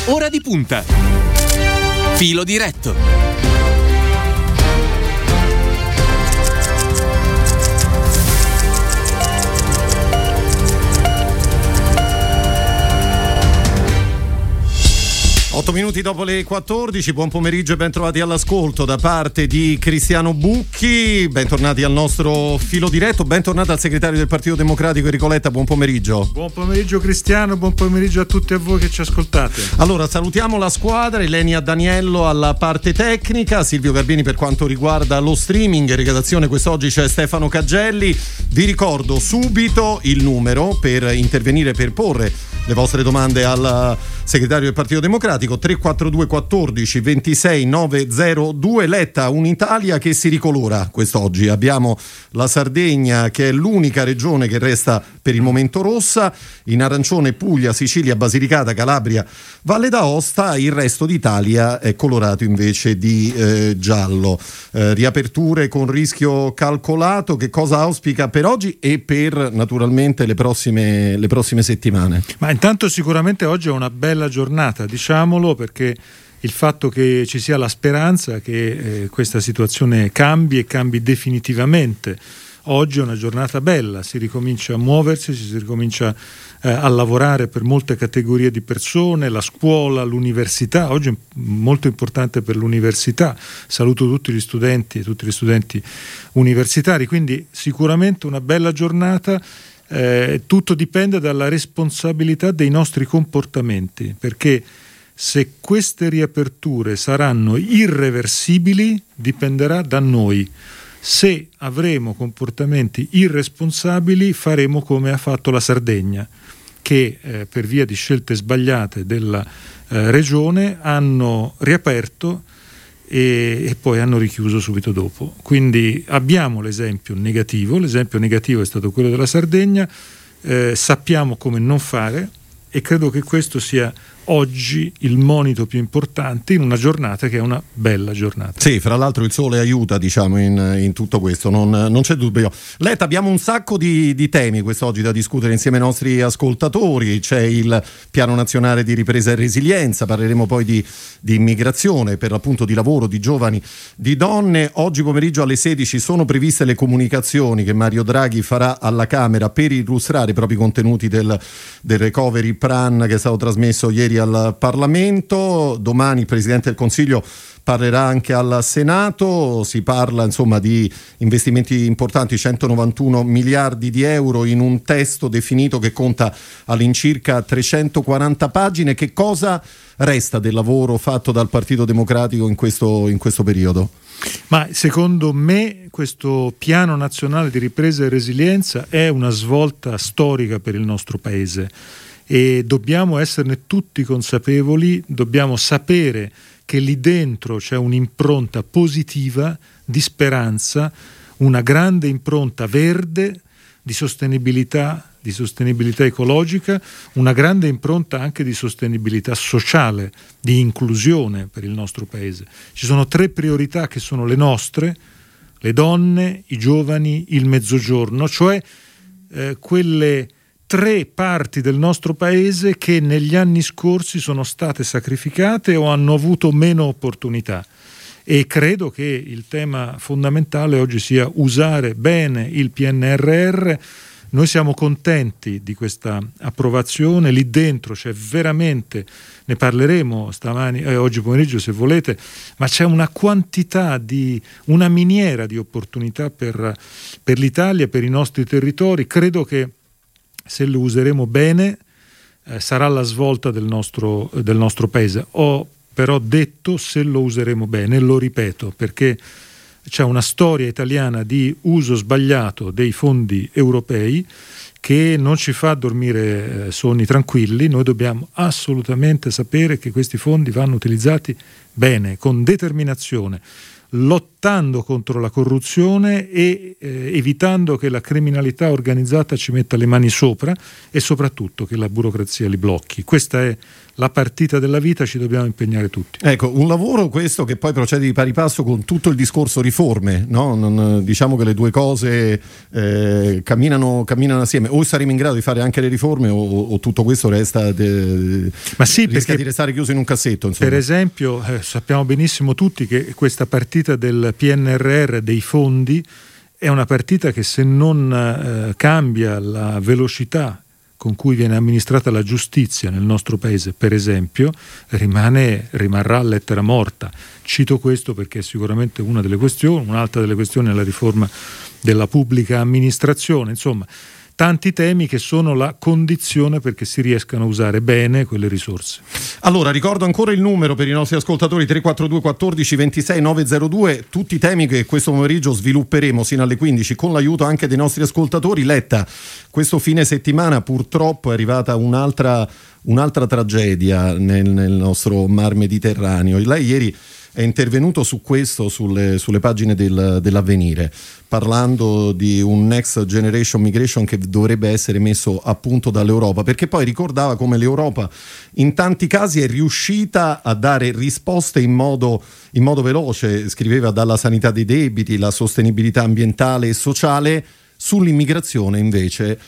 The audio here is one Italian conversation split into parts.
Ora di punta. Filo diretto. Otto minuti dopo le 14, buon pomeriggio e ben trovati all'ascolto da parte di Cristiano Bucchi, bentornati al nostro filo diretto, bentornato al segretario del Partito Democratico Enrico Letta, buon pomeriggio. Buon pomeriggio Cristiano, buon pomeriggio a tutti e a voi che ci ascoltate. Allora salutiamo la squadra, Elenia Daniello alla parte tecnica, Silvio Garbini per quanto riguarda lo streaming, in redazione quest'oggi c'è Stefano Caggelli. Vi ricordo subito il numero per intervenire, per porre le vostre domande al segretario del Partito Democratico, 342 14 26 902. Letta, un'Italia che si ricolora quest'oggi. Abbiamo la Sardegna che è l'unica regione che resta per il momento rossa, in arancione Puglia, Sicilia, Basilicata, Calabria, Valle d'Aosta, il resto d'Italia è colorato invece di giallo. Riaperture con rischio calcolato, che cosa auspica per oggi e per naturalmente le prossime settimane? Ma intanto sicuramente oggi è una bella giornata, diciamolo, perché il fatto che ci sia la speranza che questa situazione cambi e cambi definitivamente. Oggi è una giornata bella, si ricomincia a muoversi, si ricomincia a lavorare per molte categorie di persone, la scuola, l'università. Oggi è molto importante per l'università. Saluto tutti gli studenti e tutti gli studenti universitari, quindi sicuramente una bella giornata. Tutto dipende dalla responsabilità dei nostri comportamenti, perché se queste riaperture saranno irreversibili dipenderà da noi. Se avremo comportamenti irresponsabili faremo come ha fatto la Sardegna, che per via di scelte sbagliate della regione hanno riaperto e poi hanno richiuso subito dopo. Quindi abbiamo l'esempio negativo è stato quello della Sardegna, sappiamo come non fare e credo che questo sia oggi il monito più importante in una giornata che è una bella giornata. Sì, fra l'altro il sole aiuta, diciamo, in tutto questo, non c'è dubbio. Letta, abbiamo un sacco di temi quest'oggi da discutere insieme ai nostri ascoltatori. C'è il Piano Nazionale di Ripresa e Resilienza, parleremo poi di immigrazione, per l'appunto di lavoro, di giovani, di donne. Oggi pomeriggio alle 16 sono previste le comunicazioni che Mario Draghi farà alla Camera per illustrare i propri contenuti del Recovery Plan che è stato trasmesso ieri al Parlamento. Domani il Presidente del Consiglio parlerà anche al Senato, si parla insomma di investimenti importanti, 191 miliardi di euro in un testo definito che conta all'incirca 340 pagine. Che cosa resta del lavoro fatto dal Partito Democratico in questo periodo? Ma secondo me questo Piano Nazionale di Ripresa e Resilienza è una svolta storica per il nostro Paese e dobbiamo esserne tutti consapevoli, dobbiamo sapere che lì dentro c'è un'impronta positiva di speranza, una grande impronta verde di sostenibilità ecologica, una grande impronta anche di sostenibilità sociale, di inclusione per il nostro Paese. Ci sono 3 priorità che sono le nostre: le donne, i giovani, il mezzogiorno, cioè quelle 3 parti del nostro Paese che negli anni scorsi sono state sacrificate o hanno avuto meno opportunità. E credo che il tema fondamentale oggi sia usare bene il PNRR. Noi siamo contenti di questa approvazione, lì dentro c'è veramente, ne parleremo oggi pomeriggio se volete, ma c'è una quantità una miniera di opportunità per l'Italia, per i nostri territori. Credo che se lo useremo bene sarà la svolta del nostro Paese. Ho però detto se lo useremo bene, lo ripeto, perché c'è una storia italiana di uso sbagliato dei fondi europei che non ci fa dormire sonni tranquilli. Noi dobbiamo assolutamente sapere che questi fondi vanno utilizzati bene, con determinazione. lottando contro la corruzione e evitando che la criminalità organizzata ci metta le mani sopra e soprattutto che la burocrazia li blocchi. Questa è la partita della vita, ci dobbiamo impegnare tutti. Ecco, un lavoro questo che poi procede di pari passo con tutto il discorso riforme, no? Diciamo che le due cose camminano assieme. O saremo in grado di fare anche le riforme o tutto questo resta rischia di restare chiuso in un cassetto, insomma. Per esempio sappiamo benissimo tutti che questa partita del PNRR, dei fondi, è una partita che se non cambia la velocità con cui viene amministrata la giustizia nel nostro paese, per esempio, rimarrà lettera morta. Cito questo perché è sicuramente una delle questioni. Un'altra delle questioni è la riforma della pubblica amministrazione. Insomma, tanti temi che sono la condizione perché si riescano a usare bene quelle risorse. Allora, ricordo ancora il numero per i nostri ascoltatori: 342 14 26 902, tutti i temi che questo pomeriggio svilupperemo sino alle 15 con l'aiuto anche dei nostri ascoltatori. Letta, questo fine settimana purtroppo è arrivata un'altra tragedia nel nostro mar Mediterraneo. Lei ieri è intervenuto su questo sulle pagine dell'Avvenire, parlando di un Next Generation Migration che dovrebbe essere messo a punto dall'Europa, perché poi ricordava come l'Europa in tanti casi è riuscita a dare risposte in modo veloce. Scriveva dalla sanità dei debiti, la sostenibilità ambientale e sociale. Sull'immigrazione invece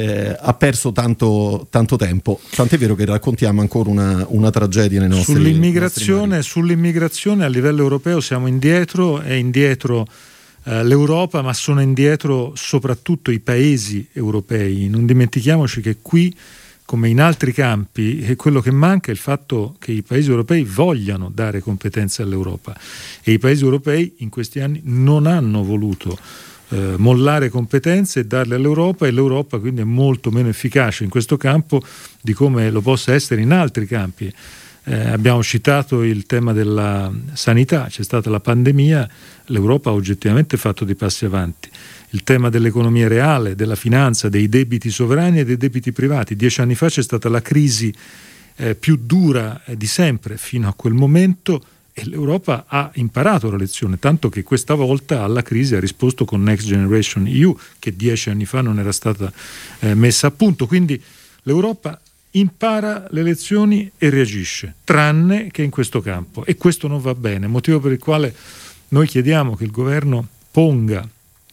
ha perso tanto tempo, tant'è vero che raccontiamo ancora una tragedia nei nostri Sull'immigrazione a livello europeo siamo indietro, è indietro l'Europa, ma sono indietro soprattutto i paesi europei. Non dimentichiamoci che qui, come in altri campi, quello che manca è il fatto che i paesi europei vogliano dare competenze all'Europa, e i paesi europei in questi anni non hanno voluto mollare competenze e darle all'Europa, e l'Europa quindi è molto meno efficace in questo campo di come lo possa essere in altri campi. Abbiamo citato il tema della sanità, c'è stata la pandemia, l'Europa ha oggettivamente fatto dei passi avanti. Il tema dell'economia reale, della finanza, dei debiti sovrani e dei debiti privati. 10 anni fa c'è stata la crisi più dura di sempre fino a quel momento, e l'Europa ha imparato la lezione, tanto che questa volta alla crisi ha risposto con Next Generation EU, che 10 anni fa non era stata messa a punto. Quindi l'Europa impara le lezioni e reagisce, tranne che in questo campo, e questo non va bene, motivo per il quale noi chiediamo che il governo ponga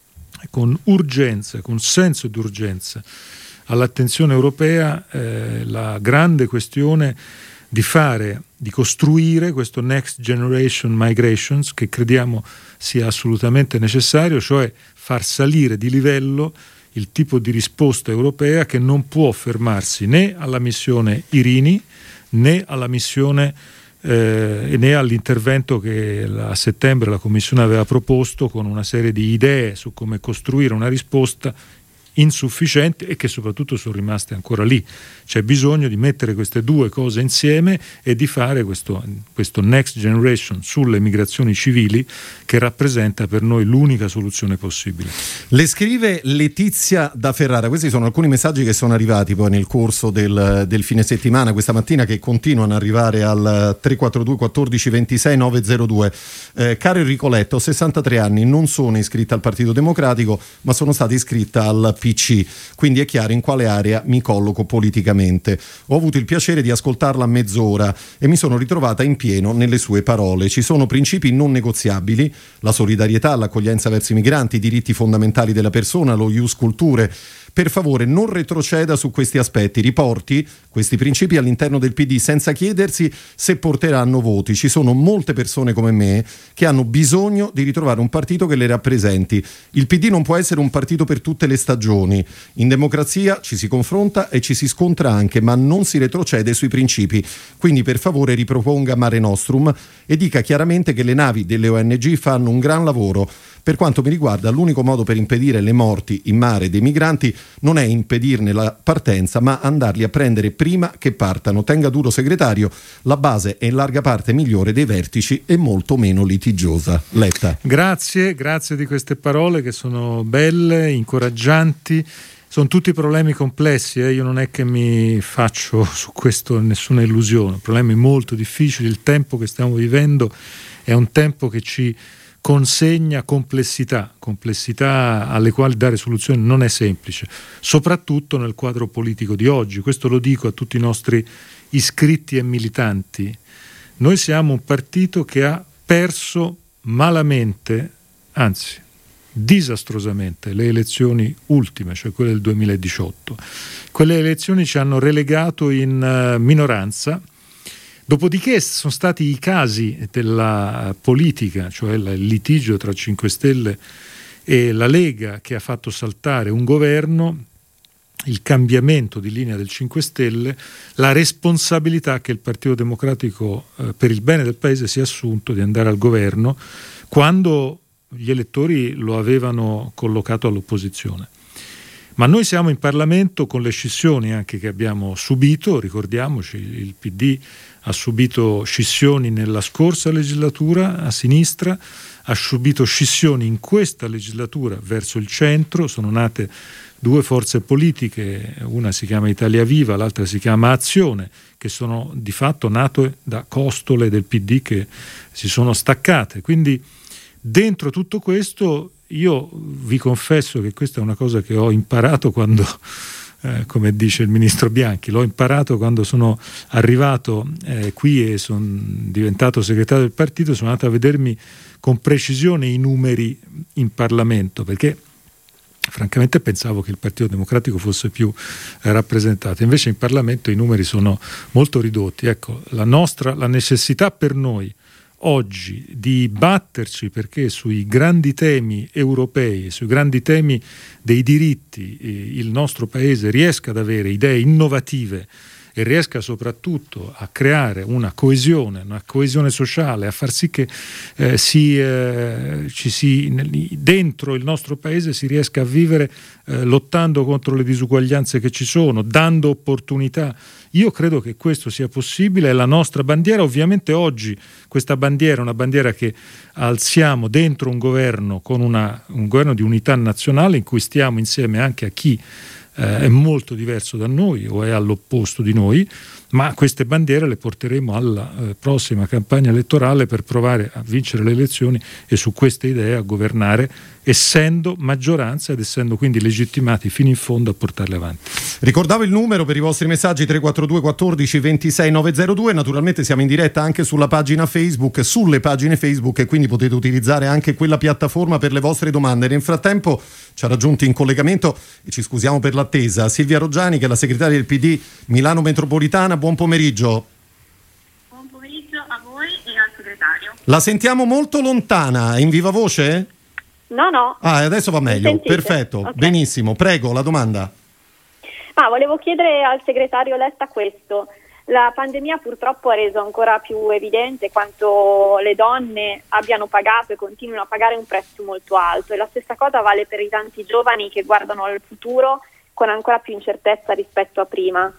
con urgenza, con senso di urgenza, all'attenzione europea la grande questione di costruire questo Next Generation Migrations, che crediamo sia assolutamente necessario, cioè far salire di livello il tipo di risposta europea, che non può fermarsi né alla missione Irini né alla missione né all'intervento che a settembre la Commissione aveva proposto con una serie di idee su come costruire una risposta insufficienti e che soprattutto sono rimaste ancora lì. C'è bisogno di mettere queste due cose insieme e di fare questo Next Generation sulle migrazioni civili, che rappresenta per noi l'unica soluzione possibile. Le scrive Letizia da Ferrara. Questi sono alcuni messaggi che sono arrivati poi nel corso del fine settimana, questa mattina, che continuano ad arrivare al 342 14 26 902. Caro Enrico Letta, ho 63 anni, non sono iscritta al Partito Democratico, ma sono stata iscritta al PC, quindi è chiaro in quale area mi colloco politicamente. Ho avuto il piacere di ascoltarla a mezz'ora e mi sono ritrovata in pieno nelle sue parole. Ci sono principi non negoziabili: la solidarietà, l'accoglienza verso i migranti, i diritti fondamentali della persona, lo ius culturae. Per favore, non retroceda su questi aspetti, riporti questi principi all'interno del PD senza chiedersi se porteranno voti. Ci sono molte persone come me che hanno bisogno di ritrovare un partito che le rappresenti. Il PD non può essere un partito per tutte le stagioni. In democrazia ci si confronta e ci si scontra anche, ma non si retrocede sui principi. Quindi per favore riproponga Mare Nostrum e dica chiaramente che le navi delle ONG fanno un gran lavoro. Per quanto mi riguarda, l'unico modo per impedire le morti in mare dei migranti non è impedirne la partenza, ma andarli a prendere prima che partano. Tenga duro, segretario, la base è in larga parte migliore dei vertici e molto meno litigiosa. Letta. Grazie di queste parole che sono belle, incoraggianti. Sono tutti problemi complessi, io non è che mi faccio su questo nessuna illusione, problemi molto difficili. Il tempo che stiamo vivendo è un tempo che ci consegna complessità alle quali dare soluzioni non è semplice, soprattutto nel quadro politico di oggi. Questo lo dico a tutti i nostri iscritti e militanti. Noi siamo un partito che ha perso malamente, anzi disastrosamente, le elezioni ultime, cioè quelle del 2018. Quelle elezioni ci hanno relegato in minoranza. Dopodiché sono stati i casi della politica, cioè il litigio tra 5 Stelle e la Lega, che ha fatto saltare un governo, il cambiamento di linea del 5 Stelle, la responsabilità che il Partito Democratico per il bene del Paese si è assunto di andare al governo quando gli elettori lo avevano collocato all'opposizione. Ma noi siamo in Parlamento con le scissioni anche che abbiamo subito, ricordiamoci, il PD ha subito scissioni nella scorsa legislatura a sinistra, ha subito scissioni in questa legislatura verso il centro, sono nate 2 forze politiche, una si chiama Italia Viva, l'altra si chiama Azione, che sono di fatto nate da costole del PD che si sono staccate. Quindi dentro tutto questo io vi confesso che questa è una cosa che ho imparato quando, come dice il ministro Bianchi, l'ho imparato quando sono arrivato qui e sono diventato segretario del partito, sono andato a vedermi con precisione i numeri in Parlamento, perché francamente pensavo che il Partito Democratico fosse più rappresentato, invece in Parlamento i numeri sono molto ridotti. Ecco, la necessità per noi oggi di batterci perché sui grandi temi europei, sui grandi temi dei diritti, il nostro Paese riesca ad avere idee innovative e riesca soprattutto a creare una coesione sociale, a far sì che dentro il nostro Paese si riesca a vivere lottando contro le disuguaglianze che ci sono, dando opportunità. Io credo che questo sia possibile, è la nostra bandiera. Ovviamente oggi questa bandiera è una bandiera che alziamo dentro un governo con un governo di unità nazionale in cui stiamo insieme anche a chi è molto diverso da noi o è all'opposto di noi, ma queste bandiere le porteremo alla prossima campagna elettorale per provare a vincere le elezioni e su queste idee a governare, essendo maggioranza ed essendo quindi legittimati fino in fondo a portarle avanti. Ricordavo il numero per i vostri messaggi: 342 14 26 902. Naturalmente siamo in diretta anche sulle pagine Facebook e quindi potete utilizzare anche quella piattaforma per le vostre domande. Nel frattempo ci ha raggiunti in collegamento, e ci scusiamo per l'attesa, Silvia Roggiani, che è la segretaria del PD Milano Metropolitana. Buon pomeriggio. Buon pomeriggio a voi e al segretario. La sentiamo molto lontana, è in viva voce? No. Adesso va meglio, perfetto, okay. Benissimo, prego, la domanda. Volevo chiedere al segretario Letta questo. La pandemia purtroppo ha reso ancora più evidente quanto le donne abbiano pagato e continuino a pagare un prezzo molto alto, e la stessa cosa vale per i tanti giovani che guardano al futuro con ancora più incertezza rispetto a prima.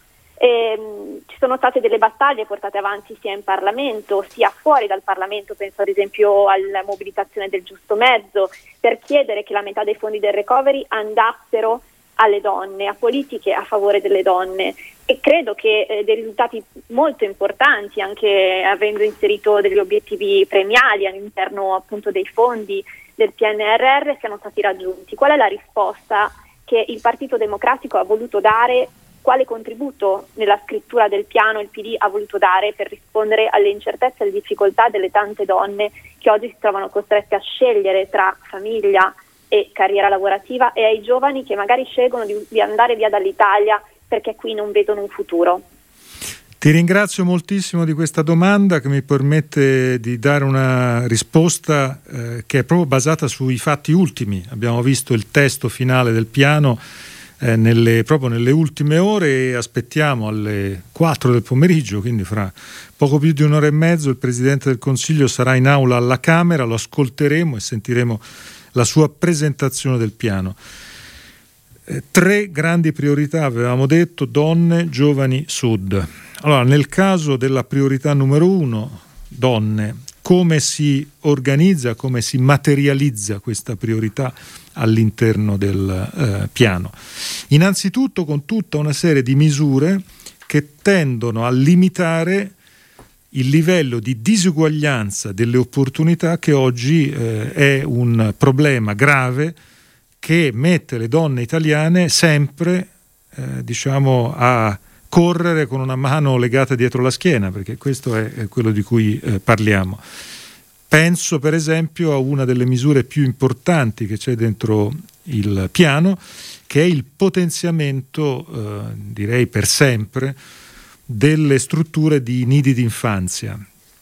Ci sono state delle battaglie portate avanti sia in Parlamento sia fuori dal Parlamento, penso ad esempio alla mobilitazione del giusto mezzo, per chiedere che la metà dei fondi del recovery andassero alle donne, a politiche a favore delle donne, e credo che dei risultati molto importanti, anche avendo inserito degli obiettivi premiali all'interno appunto dei fondi del PNRR, siano stati raggiunti. Qual è la risposta che il Partito Democratico ha voluto dare? Quale contributo nella scrittura del piano il PD ha voluto dare per rispondere alle incertezze e alle difficoltà delle tante donne che oggi si trovano costrette a scegliere tra famiglia e carriera lavorativa, e ai giovani che magari scelgono di andare via dall'Italia perché qui non vedono un futuro? Ti ringrazio moltissimo di questa domanda, che mi permette di dare una risposta che è proprio basata sui fatti ultimi. Abbiamo visto il testo finale del piano proprio nelle ultime ore, e aspettiamo alle 4 del pomeriggio, quindi fra poco più di un'ora e mezzo, il Presidente del Consiglio sarà in aula alla Camera, lo ascolteremo e sentiremo la sua presentazione del piano. 3 grandi priorità avevamo detto: donne, giovani, sud. Allora, nel caso della priorità numero 1, donne, come si organizza, come si materializza questa priorità all'interno del piano? Innanzitutto con tutta una serie di misure che tendono a limitare il livello di disuguaglianza delle opportunità che oggi è un problema grave che mette le donne italiane sempre a correre con una mano legata dietro la schiena, perché questo è quello di cui parliamo. Penso per esempio a una delle misure più importanti che c'è dentro il piano, che è il potenziamento, direi per sempre, delle strutture di nidi d'infanzia.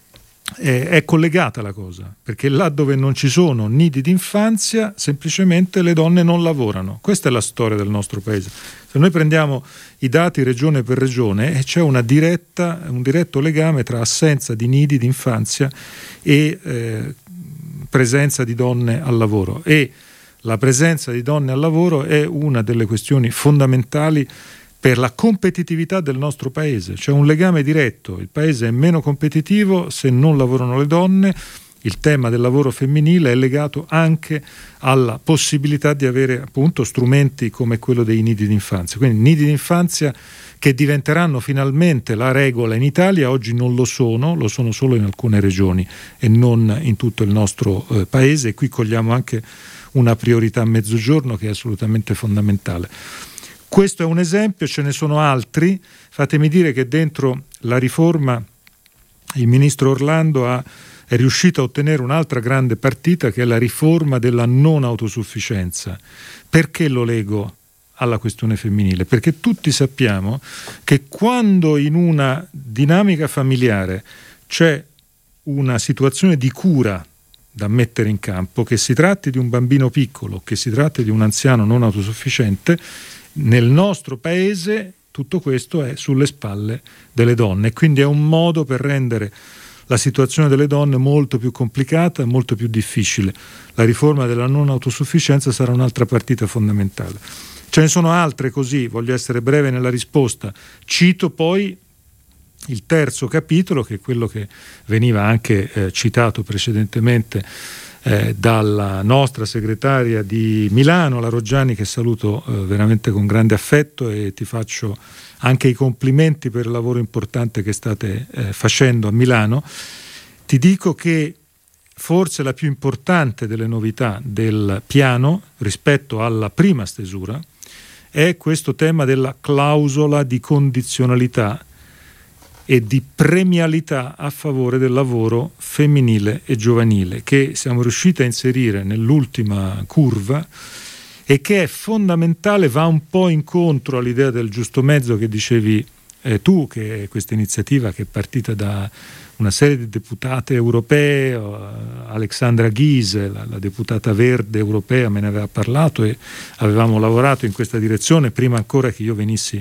È collegata la cosa, perché là dove non ci sono nidi d'infanzia semplicemente le donne non lavorano. Questa è la storia del nostro paese. Se noi prendiamo i dati regione per regione, c'è un diretto legame tra assenza di nidi d'infanzia e presenza di donne al lavoro, e la presenza di donne al lavoro è una delle questioni fondamentali per la competitività del nostro paese. C'è un legame diretto, il paese è meno competitivo se non lavorano le donne. Il tema del lavoro femminile è legato anche alla possibilità di avere appunto strumenti come quello dei nidi d'infanzia. Quindi nidi d'infanzia che diventeranno finalmente la regola in Italia, oggi non lo sono solo in alcune regioni e non in tutto il nostro paese, e qui cogliamo anche una priorità a mezzogiorno che è assolutamente fondamentale. Questo è un esempio, ce ne sono altri. Fatemi dire che dentro la riforma il ministro Orlando è riuscito a ottenere un'altra grande partita, che è la riforma della non autosufficienza. Perché lo lego alla questione femminile? Perché tutti sappiamo che quando in una dinamica familiare c'è una situazione di cura da mettere in campo, che si tratti di un bambino piccolo, che si tratti di un anziano non autosufficiente, nel nostro paese tutto questo è sulle spalle delle donne, quindi è un modo per rendere la situazione delle donne molto più complicata e molto più difficile. La riforma della non autosufficienza sarà un'altra partita fondamentale. Ce ne sono altre così, voglio essere breve nella risposta. Cito poi il terzo capitolo, che è quello che veniva anche citato precedentemente dalla nostra segretaria di Milano, la Roggiani, che saluto veramente con grande affetto, e ti faccio anche i complimenti per il lavoro importante che state facendo a Milano. Ti dico che forse la più importante delle novità del piano rispetto alla prima stesura è questo tema della clausola di condizionalità e di premialità a favore del lavoro femminile e giovanile, che siamo riusciti a inserire nell'ultima curva e che è fondamentale, va un po' incontro all'idea del giusto mezzo che dicevi tu, che è questa iniziativa che è partita da una serie di deputate europee. Alexandra Ghise, la deputata verde europea, me ne aveva parlato e avevamo lavorato in questa direzione prima ancora che io venissi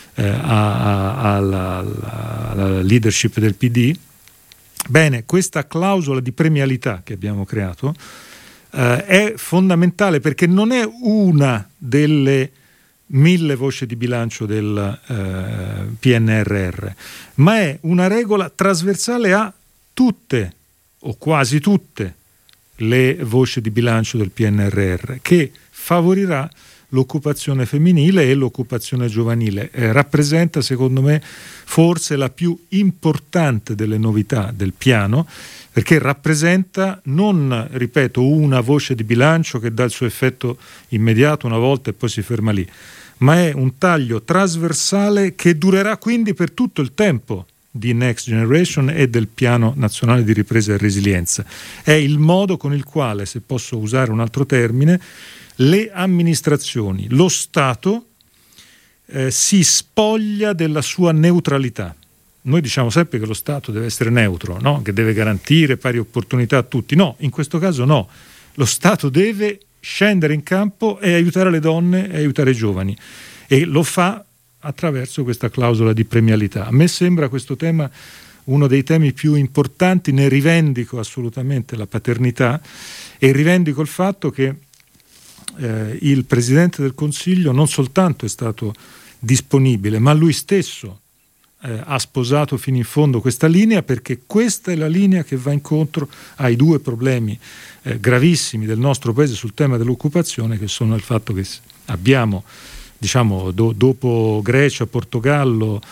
alla leadership del PD. Bene, questa clausola di premialità che abbiamo creato è fondamentale, perché non è una delle 1000 voci di bilancio del PNRR, ma è una regola trasversale a tutte o quasi tutte le voci di bilancio del PNRR, che favorirà l'occupazione femminile e l'occupazione giovanile. Rappresenta, secondo me, forse la più importante delle novità del piano, perché rappresenta non, ripeto, una voce di bilancio che dà il suo effetto immediato una volta e poi si ferma lì, ma è un taglio trasversale che durerà quindi per tutto il tempo di Next Generation e del Piano Nazionale di Ripresa e Resilienza. È il modo con il quale, se posso usare un altro termine, le amministrazioni, lo Stato si spoglia della sua neutralità. Noi diciamo sempre che lo Stato deve essere neutro, no? Che deve garantire pari opportunità a tutti. No, in questo caso no. Lo Stato deve scendere in campo e aiutare le donne e aiutare i giovani, e lo fa attraverso questa clausola di premialità. A me sembra questo tema uno dei temi più importanti, ne rivendico assolutamente la paternità e rivendico il fatto che il Presidente del Consiglio non soltanto è stato disponibile, ma lui stesso ha sposato fino in fondo questa linea, perché questa è la linea che va incontro ai due problemi gravissimi del nostro Paese sul tema dell'occupazione, che sono il fatto che abbiamo, diciamo, dopo Grecia, Portogallo,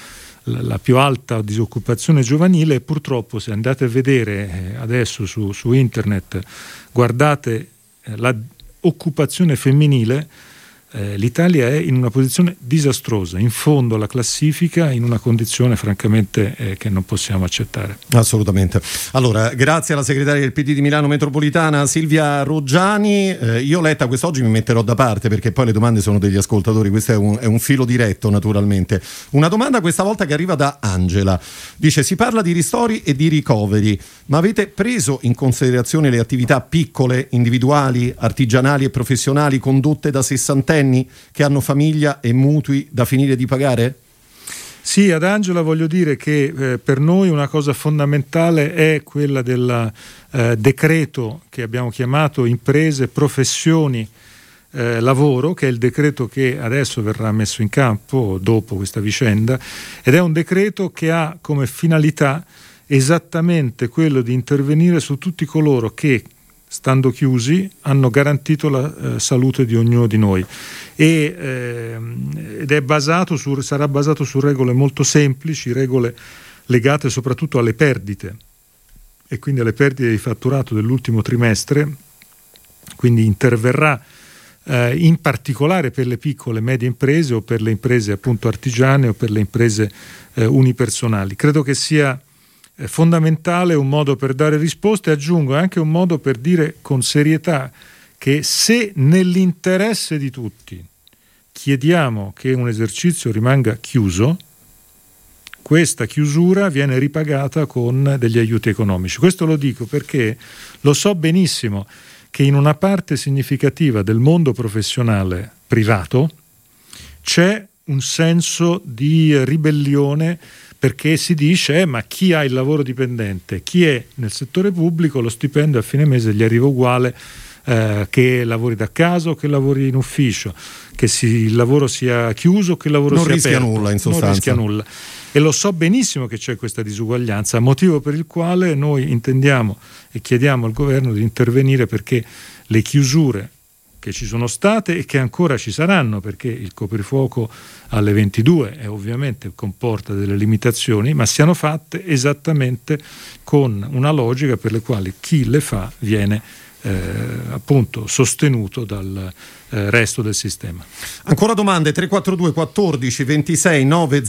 la più alta disoccupazione giovanile, e purtroppo se andate a vedere adesso su internet, guardate la occupazione femminile, l'Italia è in una posizione disastrosa, in fondo alla classifica, in una condizione francamente che non possiamo accettare. Assolutamente. Allora, grazie alla segretaria del PD di Milano Metropolitana Silvia Roggiani. Io, Letta, quest'oggi mi metterò da parte perché poi le domande sono degli ascoltatori, questo è un filo diretto naturalmente. Una domanda questa volta che arriva da Angela, dice: si parla di ristori e di ricoveri, ma avete preso in considerazione le attività piccole, individuali, artigianali e professionali condotte da sessantenni che hanno famiglia e mutui da finire di pagare? Sì, ad Angela voglio dire che per noi una cosa fondamentale è quella del decreto che abbiamo chiamato imprese, professioni, lavoro, che è il decreto che adesso verrà messo in campo dopo questa vicenda, ed è un decreto che ha come finalità esattamente quello di intervenire su tutti coloro che, stando chiusi, hanno garantito la salute di ognuno di noi, ed è sarà basato su regole molto semplici, regole legate soprattutto alle perdite, e quindi alle perdite di fatturato dell'ultimo trimestre. Quindi interverrà in particolare per le piccole e medie imprese, o per le imprese appunto artigiane, o per le imprese unipersonali. Credo che sia fondamentale, un modo per dare risposte, aggiungo anche un modo per dire con serietà che se nell'interesse di tutti chiediamo che un esercizio rimanga chiuso, questa chiusura viene ripagata con degli aiuti economici. Questo lo dico perché lo so benissimo che in una parte significativa del mondo professionale privato c'è un senso di ribellione, perché si dice ma chi ha il lavoro dipendente, chi è nel settore pubblico, lo stipendio a fine mese gli arriva uguale che lavori da casa o che lavori in ufficio, che il lavoro sia chiuso, che il lavoro non sia rischia aperto, nulla in sostanza. Non rischia nulla. E lo so benissimo che c'è questa disuguaglianza, motivo per il quale noi intendiamo e chiediamo al governo di intervenire perché le chiusure che ci sono state e che ancora ci saranno, perché il coprifuoco alle 22 ovviamente comporta delle limitazioni, ma siano fatte esattamente con una logica per le quali chi le fa viene appunto sostenuto dal resto del sistema. Ancora domande? 342 14 26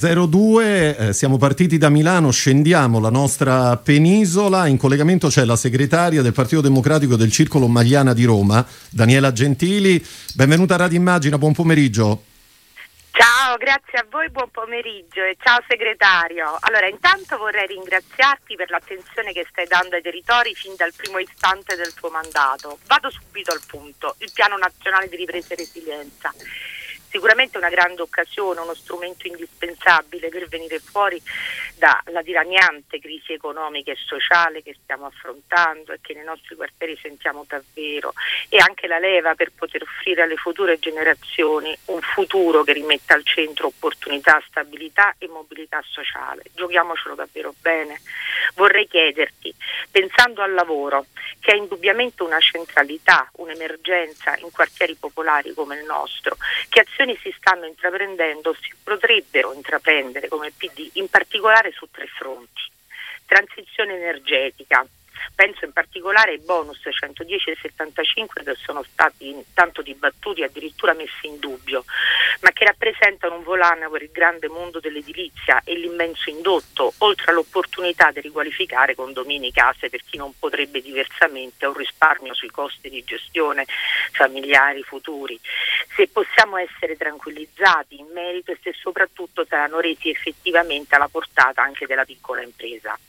902. Siamo partiti da Milano, scendiamo la nostra penisola. In collegamento c'è la segretaria del Partito Democratico del Circolo Magliana di Roma, Daniela Gentili. Benvenuta a Radio Immagina, buon pomeriggio. Ciao, grazie a voi, buon pomeriggio e ciao segretario. Allora, intanto vorrei ringraziarti per l'attenzione che stai dando ai territori fin dal primo istante del tuo mandato. Vado subito al punto, il Piano Nazionale di Ripresa e Resilienza. Sicuramente una grande occasione, uno strumento indispensabile per venire fuori dalla dilaniante crisi economica e sociale che stiamo affrontando e che nei nostri quartieri sentiamo davvero, e anche la leva per poter offrire alle future generazioni un futuro che rimetta al centro opportunità, stabilità e mobilità sociale. Giochiamocelo davvero bene. Vorrei chiederti, pensando al lavoro, che è indubbiamente una centralità, un'emergenza in quartieri popolari come il nostro, che azioni si stanno intraprendendo, si potrebbero intraprendere come PD, in particolare su 3 fronti. Transizione energetica. Penso in particolare ai bonus 110 e 75 che sono stati tanto dibattuti e addirittura messi in dubbio, ma che rappresentano un volano per il grande mondo dell'edilizia e l'immenso indotto, oltre all'opportunità di riqualificare condomini, case per chi non potrebbe diversamente, un risparmio sui costi di gestione familiari futuri. Se possiamo essere tranquillizzati in merito e se soprattutto saranno resi effettivamente alla portata anche della piccola impresa.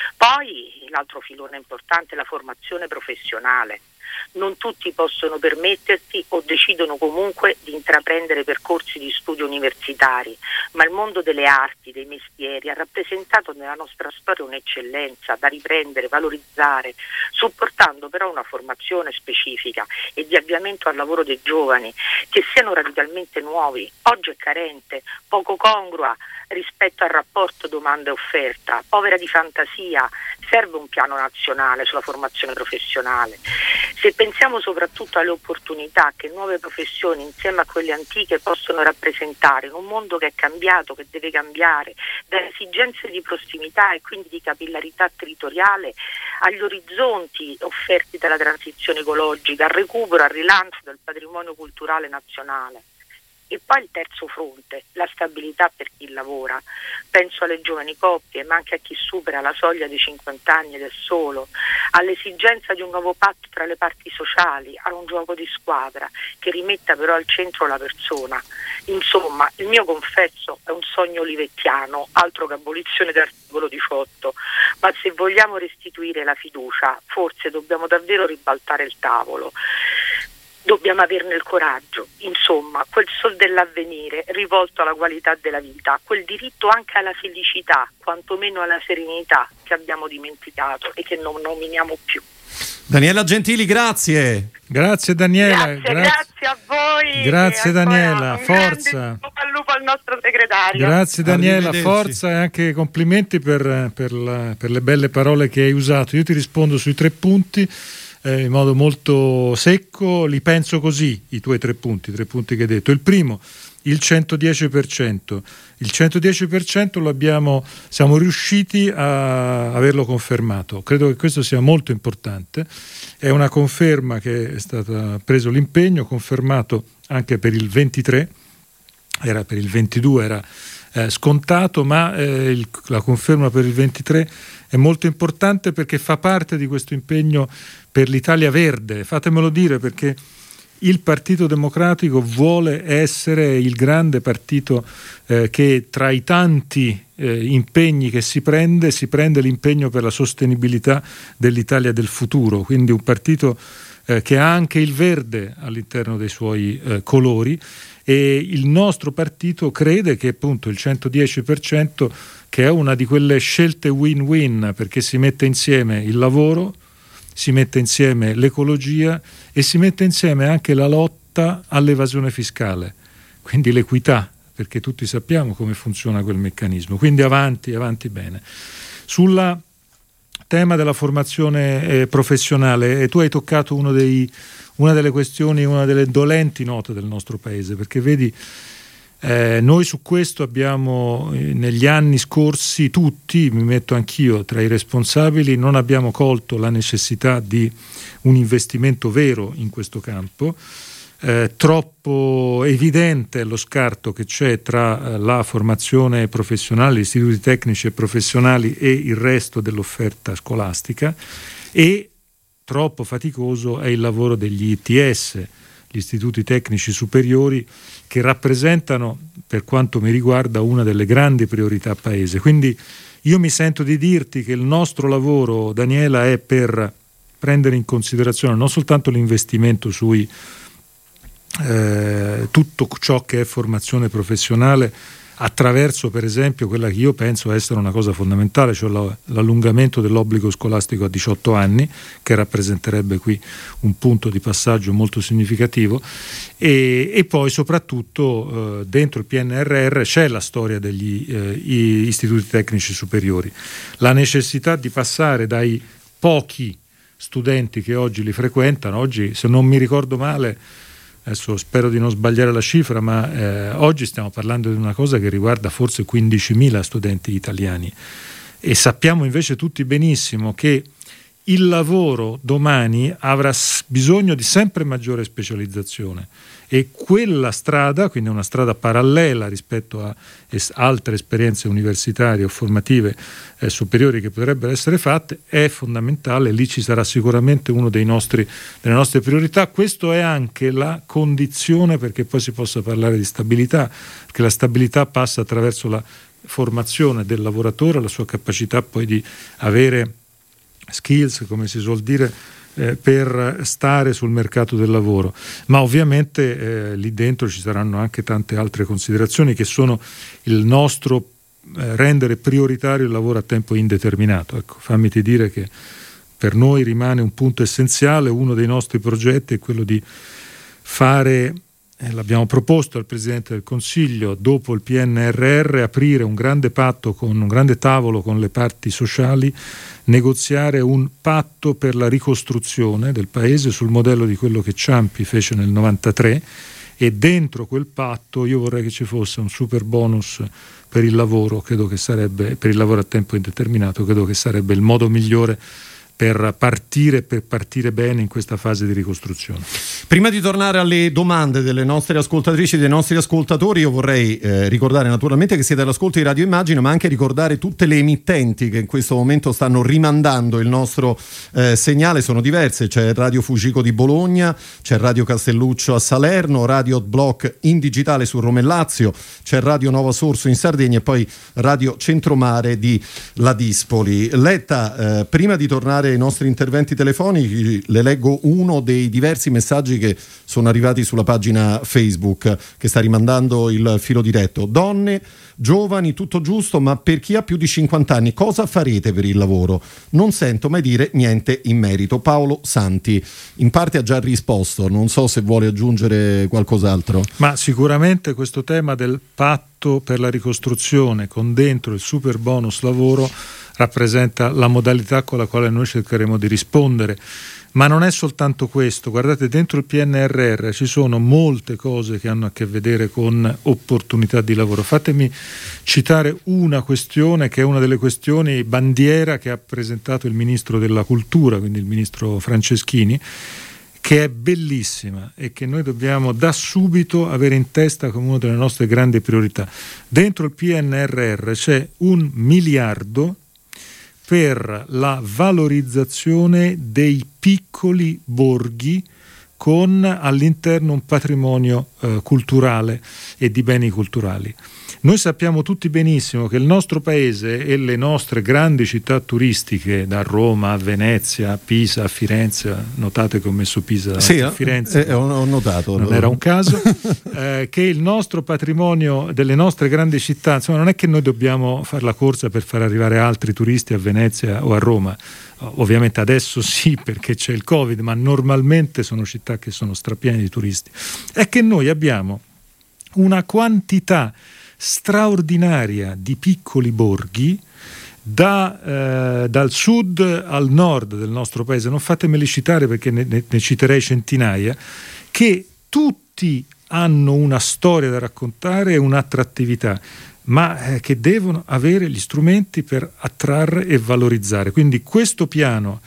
Poi l'altro filone importante è la formazione professionale. Non tutti possono permettersi o decidono comunque di intraprendere percorsi di studio universitari, ma il mondo delle arti, dei mestieri ha rappresentato nella nostra storia un'eccellenza da riprendere, valorizzare, supportando però una formazione specifica e di avviamento al lavoro dei giovani che siano radicalmente nuovi. Oggi è carente, poco congrua rispetto al rapporto domanda e offerta, povera di fantasia. Serve un piano nazionale sulla formazione professionale. Se pensiamo soprattutto alle opportunità che nuove professioni insieme a quelle antiche possono rappresentare in un mondo che è cambiato, che deve cambiare, dalle esigenze di prossimità e quindi di capillarità territoriale agli orizzonti offerti dalla transizione ecologica, al recupero, al rilancio del patrimonio culturale nazionale. E poi il terzo fronte, la stabilità per chi lavora. Penso alle giovani coppie, ma anche a chi supera la soglia dei 50 anni ed è solo, all'esigenza di un nuovo patto tra le parti sociali, a un gioco di squadra che rimetta però al centro la persona. Insomma, il mio confesso è un sogno olivettiano, altro che abolizione dell'articolo 18, ma se vogliamo restituire la fiducia, forse dobbiamo davvero ribaltare il tavolo. Dobbiamo averne il coraggio, insomma, quel sol dell'avvenire rivolto alla qualità della vita, quel diritto anche alla felicità, quantomeno alla serenità che abbiamo dimenticato e che non nominiamo più. Daniela Gentili, grazie. Grazie Daniela. Grazie a voi. Grazie Daniela, forza. Al lupo al nostro segretario. Grazie Daniela, forza e anche complimenti per le belle parole che hai usato. Io ti rispondo sui 3 punti. In modo molto secco, li penso così, i tuoi 3 punti che hai detto. Il primo, il 110%. Il 110% siamo riusciti a averlo confermato. Credo che questo sia molto importante. È una conferma che è stata preso l'impegno, confermato anche per il 23, era per il 22, era scontato, ma la conferma per il 23 è molto importante perché fa parte di questo impegno per l'Italia verde. Fatemelo dire, perché il Partito Democratico vuole essere il grande partito che tra i tanti impegni che si prende l'impegno per la sostenibilità dell'Italia del futuro, quindi un partito che ha anche il verde all'interno dei suoi colori, e il nostro partito crede che appunto il 110%, che è una di quelle scelte win-win, perché si mette insieme il lavoro, si mette insieme l'ecologia e si mette insieme anche la lotta all'evasione fiscale, quindi l'equità, perché tutti sappiamo come funziona quel meccanismo. Quindi avanti bene. Sul tema della formazione professionale, tu hai toccato una delle questioni, una delle dolenti note del nostro paese, perché vedi, noi su questo abbiamo negli anni scorsi tutti, mi metto anch'io tra i responsabili, non abbiamo colto la necessità di un investimento vero in questo campo. Troppo evidente è lo scarto che c'è tra la formazione professionale, gli istituti tecnici e professionali e il resto dell'offerta scolastica, e troppo faticoso è il lavoro degli ITS, gli istituti tecnici superiori, che rappresentano, per quanto mi riguarda, una delle grandi priorità paese. Quindi io mi sento di dirti che il nostro lavoro, Daniela, è per prendere in considerazione non soltanto l'investimento sui tutto ciò che è formazione professionale, attraverso per esempio quella che io penso essere una cosa fondamentale, cioè l'allungamento dell'obbligo scolastico a 18 anni, che rappresenterebbe qui un punto di passaggio molto significativo, e poi soprattutto dentro il PNRR c'è la storia degli istituti tecnici superiori, la necessità di passare dai pochi studenti che oggi li frequentano. Oggi, se non mi ricordo male, adesso spero di non sbagliare la cifra, ma oggi stiamo parlando di una cosa che riguarda forse 15.000 studenti italiani, e sappiamo invece tutti benissimo che il lavoro domani avrà bisogno di sempre maggiore specializzazione, e quella strada, quindi una strada parallela rispetto a altre esperienze universitarie o formative superiori che potrebbero essere fatte, è fondamentale. Lì ci sarà sicuramente uno delle nostre priorità. Questo è anche la condizione perché poi si possa parlare di stabilità, perché la stabilità passa attraverso la formazione del lavoratore, la sua capacità poi di avere skills, come si suol dire, per stare sul mercato del lavoro. Ma ovviamente lì dentro ci saranno anche tante altre considerazioni, che sono il nostro rendere prioritario il lavoro a tempo indeterminato. Ecco, fammi dire che per noi rimane un punto essenziale. Uno dei nostri progetti è quello di fare l'abbiamo proposto al Presidente del Consiglio, dopo il PNRR, aprire un grande patto, con un grande tavolo con le parti sociali, negoziare un patto per la ricostruzione del Paese sul modello di quello che Ciampi fece nel 93, e dentro quel patto io vorrei che ci fosse un super bonus per il lavoro, credo che sarebbe, per il lavoro a tempo indeterminato, credo che sarebbe il modo migliore per partire bene in questa fase di ricostruzione. Prima di tornare alle domande delle nostre ascoltatrici e dei nostri ascoltatori, io vorrei ricordare naturalmente che siete all'ascolto di Radio Immagine, ma anche ricordare tutte le emittenti che in questo momento stanno rimandando il nostro segnale. Sono diverse: c'è Radio Fugico di Bologna, c'è Radio Castelluccio a Salerno, Radio Adblock in digitale su Roma e Lazio, c'è Radio Nova Sorso in Sardegna e poi Radio Centromare di Ladispoli. Letta, prima di tornare ai nostri interventi telefonici, le leggo uno dei diversi messaggi che sono arrivati sulla pagina Facebook, che sta rimandando il filo diretto. Donne, giovani, tutto giusto, ma per chi ha più di 50 anni cosa farete per il lavoro? Non sento mai dire niente in merito. Paolo Santi in parte ha già risposto, non so se vuole aggiungere qualcos'altro. Ma sicuramente questo tema del patto per la ricostruzione con dentro il super bonus lavoro rappresenta la modalità con la quale noi cercheremo di rispondere. Ma non è soltanto questo, guardate, dentro il PNRR ci sono molte cose che hanno a che vedere con opportunità di lavoro. Fatemi citare una questione che è una delle questioni bandiera che ha presentato il Ministro della Cultura, quindi il Ministro Franceschini, che è bellissima e che noi dobbiamo da subito avere in testa come una delle nostre grandi priorità. Dentro il PNRR c'è 1 miliardo per la valorizzazione dei piccoli borghi con all'interno un patrimonio culturale e di beni culturali. Noi sappiamo tutti benissimo che il nostro paese e le nostre grandi città turistiche, da Roma a Venezia, a Pisa, a Firenze, notate che ho messo Pisa a Firenze, ho notato, non era un caso, che il nostro patrimonio delle nostre grandi città, insomma, non è che noi dobbiamo fare la corsa per far arrivare altri turisti a Venezia o a Roma. Ovviamente adesso sì, perché c'è il Covid, ma normalmente sono città che sono strapiene di turisti. È che noi abbiamo una quantità straordinaria di piccoli borghi dal sud al nord del nostro paese, non fatemeli citare perché ne citerei centinaia, che tutti hanno una storia da raccontare e un'attrattività, ma che devono avere gli strumenti per attrarre e valorizzare. Quindi questo piano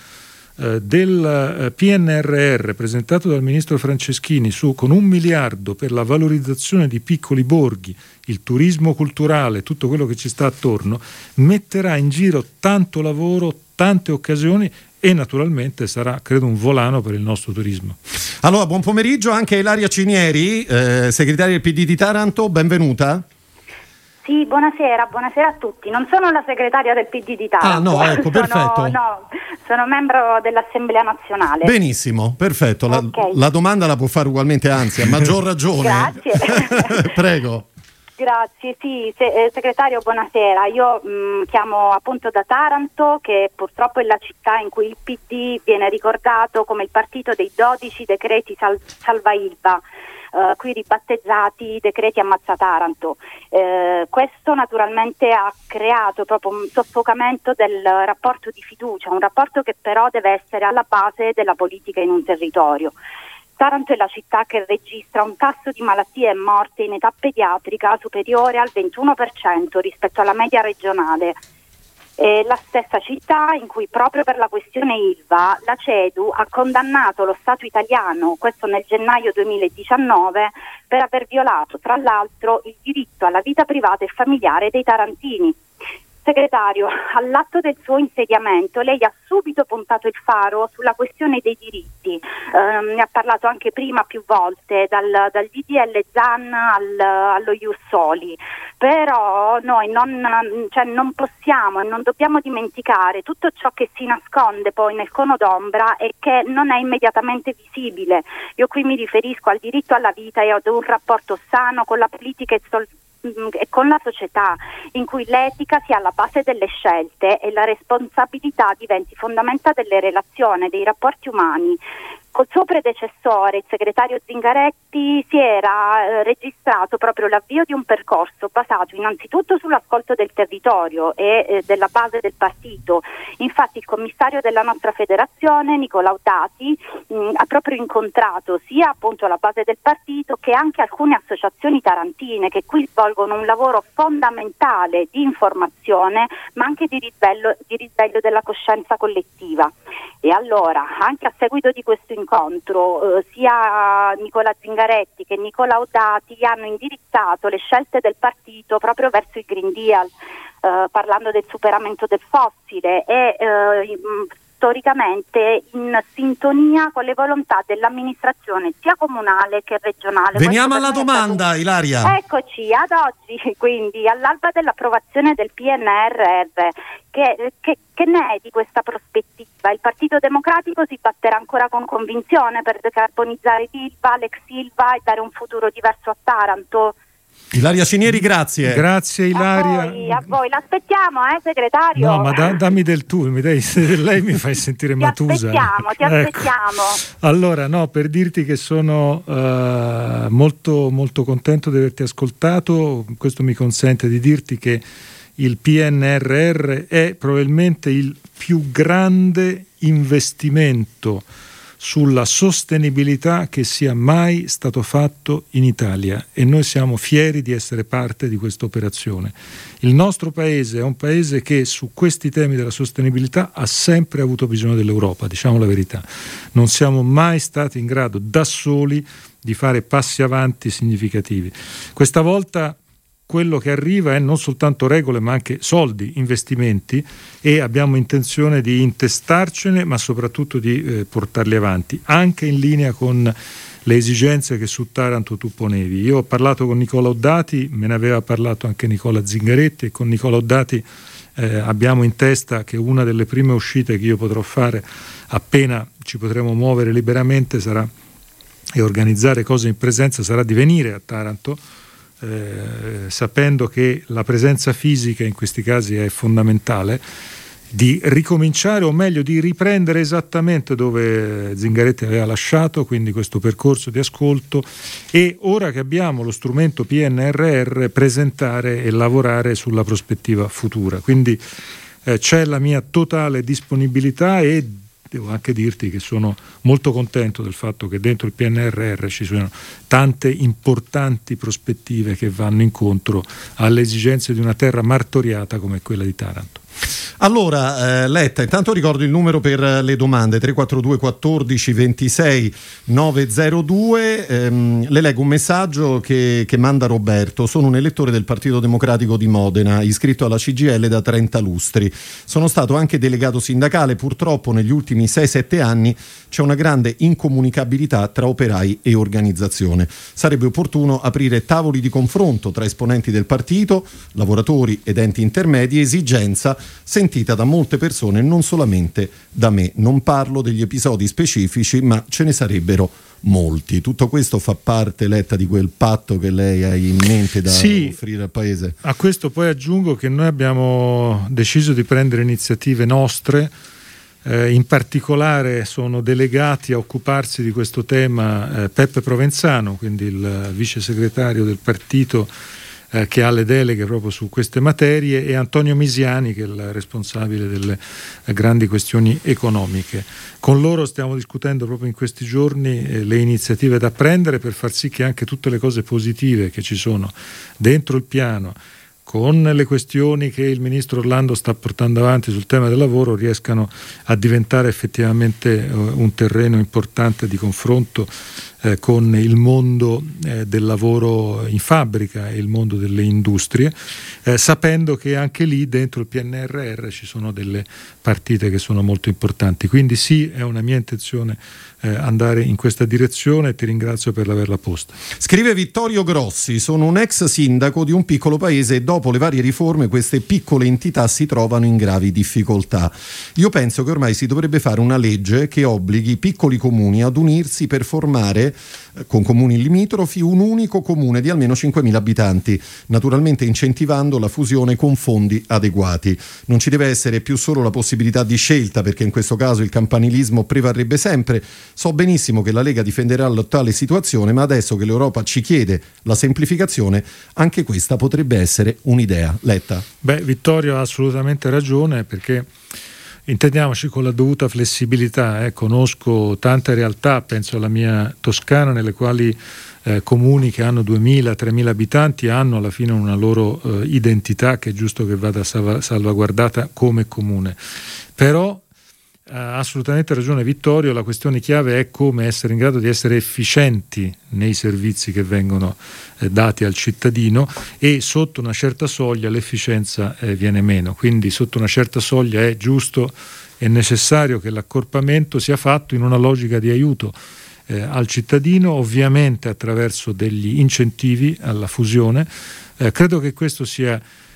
del PNRR presentato dal Ministro Franceschini con 1 miliardo per la valorizzazione di piccoli borghi, il turismo culturale, tutto quello che ci sta attorno, metterà in giro tanto lavoro, tante occasioni e naturalmente sarà, credo, un volano per il nostro turismo. Allora, buon pomeriggio anche a Ilaria Cinieri, segretaria del PD di Taranto, benvenuta. Sì, buonasera a tutti. Non sono la segretaria del PD di Taranto. Ah, no, ecco, perfetto. Sono membro dell'Assemblea Nazionale. Benissimo, perfetto. Okay. La domanda la può fare ugualmente, anzi, a maggior ragione. Grazie. Prego. Grazie, sì, segretario, buonasera. Io chiamo appunto da Taranto, che purtroppo è la città in cui il PD viene ricordato come il partito dei 12 decreti salva Ilva. Qui ribattezzati decreti ammazza Taranto. Questo naturalmente ha creato proprio un soffocamento del rapporto di fiducia, un rapporto che però deve essere alla base della politica in un territorio. Taranto è la città che registra un tasso di malattie e morte in età pediatrica superiore al 21% rispetto alla media regionale. È la stessa città in cui proprio per la questione Ilva la CEDU ha condannato lo Stato italiano, questo nel gennaio 2019, per aver violato tra l'altro il diritto alla vita privata e familiare dei tarantini. Segretario, all'atto del suo insediamento lei ha subito puntato il faro sulla questione dei diritti, ne ha parlato anche prima più volte, dal DDL Zan allo Ius Soli, però noi non possiamo e non dobbiamo dimenticare tutto ciò che si nasconde poi nel cono d'ombra e che non è immediatamente visibile. Io qui mi riferisco al diritto alla vita e ad un rapporto sano con la politica e con la società, in cui l'etica sia alla base delle scelte e la responsabilità diventi fondamentale delle relazioni, dei rapporti umani. Col suo predecessore, il segretario Zingaretti, si era registrato proprio l'avvio di un percorso basato innanzitutto sull'ascolto del territorio e della base del partito. Infatti il commissario della nostra federazione, Nicola Audati, ha proprio incontrato sia appunto la base del partito che anche alcune associazioni tarantine che qui svolgono un lavoro fondamentale di informazione ma anche di risveglio della coscienza collettiva. E allora, anche a seguito di questo incontro, sia Nicola Zingaretti che Nicola Audati hanno indirizzato le scelte del partito proprio verso il Green Deal, parlando del superamento del fossile e storicamente in sintonia con le volontà dell'amministrazione sia comunale che regionale. Veniamo alla domanda, Ilaria. Eccoci, ad oggi, quindi all'alba dell'approvazione del PNRR, che ne è di questa prospettiva? Il Partito Democratico si batterà ancora con convinzione per decarbonizzare l'Ilva, l'ex Ilva e dare un futuro diverso a Taranto? Ilaria Cinieri, grazie. Grazie Ilaria. A voi. L'aspettiamo, segretario? No, ma dammi del tu, lei mi fai sentire Matusa. Ti aspettiamo. Allora, no, per dirti che sono molto, molto contento di averti ascoltato. Questo mi consente di dirti che il PNRR è probabilmente il più grande investimento sulla sostenibilità che sia mai stato fatto in Italia e noi siamo fieri di essere parte di questa operazione. Il nostro paese è un paese che su questi temi della sostenibilità ha sempre avuto bisogno dell'Europa, diciamo la verità. Non siamo mai stati in grado da soli di fare passi avanti significativi. Questa volta quello che arriva è non soltanto regole ma anche soldi, investimenti, e abbiamo intenzione di intestarcene ma soprattutto di portarli avanti, anche in linea con le esigenze che su Taranto tu ponevi. Io ho parlato con Nicola Audati, me ne aveva parlato anche Nicola Zingaretti, e con Nicola Audati abbiamo in testa che una delle prime uscite che io potrò fare appena ci potremo muovere liberamente sarà, e organizzare cose in presenza, sarà di venire a Taranto, sapendo che la presenza fisica in questi casi è fondamentale, di ricominciare, o meglio di riprendere esattamente dove Zingaretti aveva lasciato, quindi questo percorso di ascolto, e ora che abbiamo lo strumento PNRR presentare e lavorare sulla prospettiva futura. Quindi c'è la mia totale disponibilità e devo anche dirti che sono molto contento del fatto che dentro il PNRR ci sono tante importanti prospettive che vanno incontro alle esigenze di una terra martoriata come quella di Taranto. Allora, Letta, intanto ricordo il numero per le domande: 342 14 26 902. Le leggo un messaggio che manda Roberto. Sono un elettore del Partito Democratico di Modena, iscritto alla CGIL da 30 lustri. Sono stato anche delegato sindacale. Purtroppo negli ultimi 6-7 anni c'è una grande incomunicabilità tra operai e organizzazione. Sarebbe opportuno aprire tavoli di confronto tra esponenti del partito, lavoratori ed enti intermedi, esigenza sentita da molte persone, non solamente da me. Non parlo degli episodi specifici, ma ce ne sarebbero molti. Tutto questo fa parte, Letta, di quel patto che lei ha in mente da offrire al Paese? A questo poi aggiungo che noi abbiamo deciso di prendere iniziative nostre. In particolare sono delegati a occuparsi di questo tema Peppe Provenzano, quindi il vice segretario del partito che ha le deleghe proprio su queste materie, e Antonio Misiani, che è il responsabile delle grandi questioni economiche. Con loro stiamo discutendo proprio in questi giorni le iniziative da prendere per far sì che anche tutte le cose positive che ci sono dentro il piano, con le questioni che il ministro Orlando sta portando avanti sul tema del lavoro, riescano a diventare effettivamente un terreno importante di confronto con il mondo del lavoro in fabbrica e il mondo delle industrie, sapendo che anche lì dentro il PNRR ci sono delle partite che sono molto importanti. Quindi sì, è una mia intenzione andare in questa direzione, e ti ringrazio per averla posta. Scrive Vittorio Grossi: sono un ex sindaco di un piccolo paese e dopo le varie riforme queste piccole entità si trovano in gravi difficoltà. Io penso che ormai si dovrebbe fare una legge che obblighi i piccoli comuni ad unirsi per formare con comuni limitrofi, un unico comune di almeno 5.000 abitanti, naturalmente incentivando la fusione con fondi adeguati. Non ci deve essere più solo la possibilità di scelta, perché in questo caso il campanilismo prevarrebbe sempre. So benissimo che la Lega difenderà tale situazione, ma adesso che l'Europa ci chiede la semplificazione, anche questa potrebbe essere un'idea. Letta? Vittorio ha assolutamente ragione, perché intendiamoci con la dovuta flessibilità. Conosco tante realtà, penso alla mia Toscana, nelle quali comuni che hanno 2.000-3.000 abitanti hanno alla fine una loro identità che è giusto che vada salvaguardata come comune. Però ha assolutamente ragione Vittorio, la questione chiave è come essere in grado di essere efficienti nei servizi che vengono dati al cittadino, e sotto una certa soglia l'efficienza viene meno. Quindi sotto una certa soglia è giusto e necessario che l'accorpamento sia fatto in una logica di aiuto al cittadino, ovviamente attraverso degli incentivi alla fusione. Credo che questo sia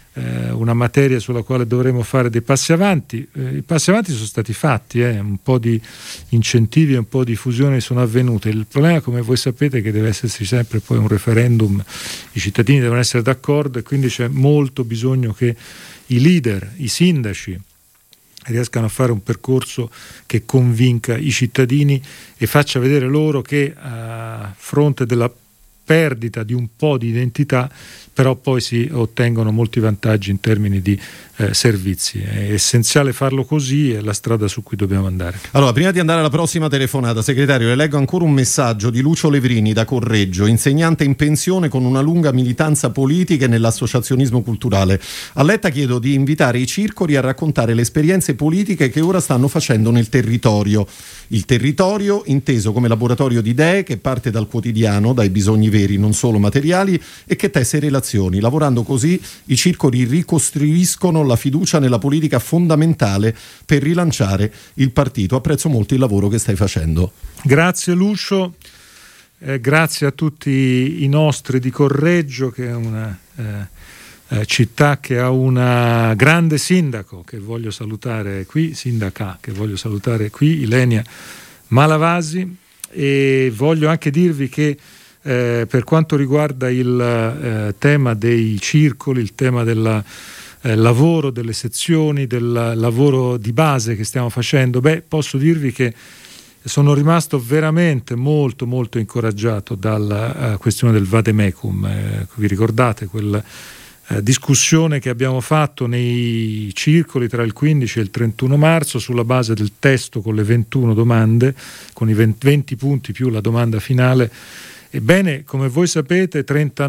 una materia sulla quale dovremo fare dei passi avanti. I passi avanti sono stati fatti, un po' di incentivi e un po' di fusioni sono avvenute. Il problema, come voi sapete, è che deve esserci sempre poi un referendum, i cittadini devono essere d'accordo, e quindi c'è molto bisogno che i leader, i sindaci riescano a fare un percorso che convinca i cittadini e faccia vedere loro che a fronte della perdita di un po' di identità però poi si ottengono molti vantaggi in termini di servizi. È essenziale farlo così, è la strada su cui dobbiamo andare. Allora, prima di andare alla prossima telefonata, segretario, le leggo ancora un messaggio di Lucio Levrini da Correggio, insegnante in pensione con una lunga militanza politica e nell'associazionismo culturale. A Letta chiedo di invitare i circoli a raccontare le esperienze politiche che ora stanno facendo nel territorio. Il territorio inteso come laboratorio di idee che parte dal quotidiano, dai bisogni veri, non solo materiali, e che tesse relazioni. Lavorando così, i circoli ricostruiscono la fiducia nella politica, fondamentale per rilanciare il partito. Apprezzo molto il lavoro che stai facendo. Grazie Lucio, grazie a tutti i nostri di Correggio, che è una città che ha una grande sindaco che voglio salutare qui, sindaca che voglio salutare qui, Ilenia Malavasi, e voglio anche dirvi che per quanto riguarda il tema dei circoli, il tema del lavoro, delle sezioni, del lavoro di base che stiamo facendo, posso dirvi che sono rimasto veramente molto molto incoraggiato dalla questione del vademecum. Vi ricordate quella discussione che abbiamo fatto nei circoli tra il 15 e il 31 marzo sulla base del testo con le 21 domande, con i 20 punti più la domanda finale? Ebbene, come voi sapete,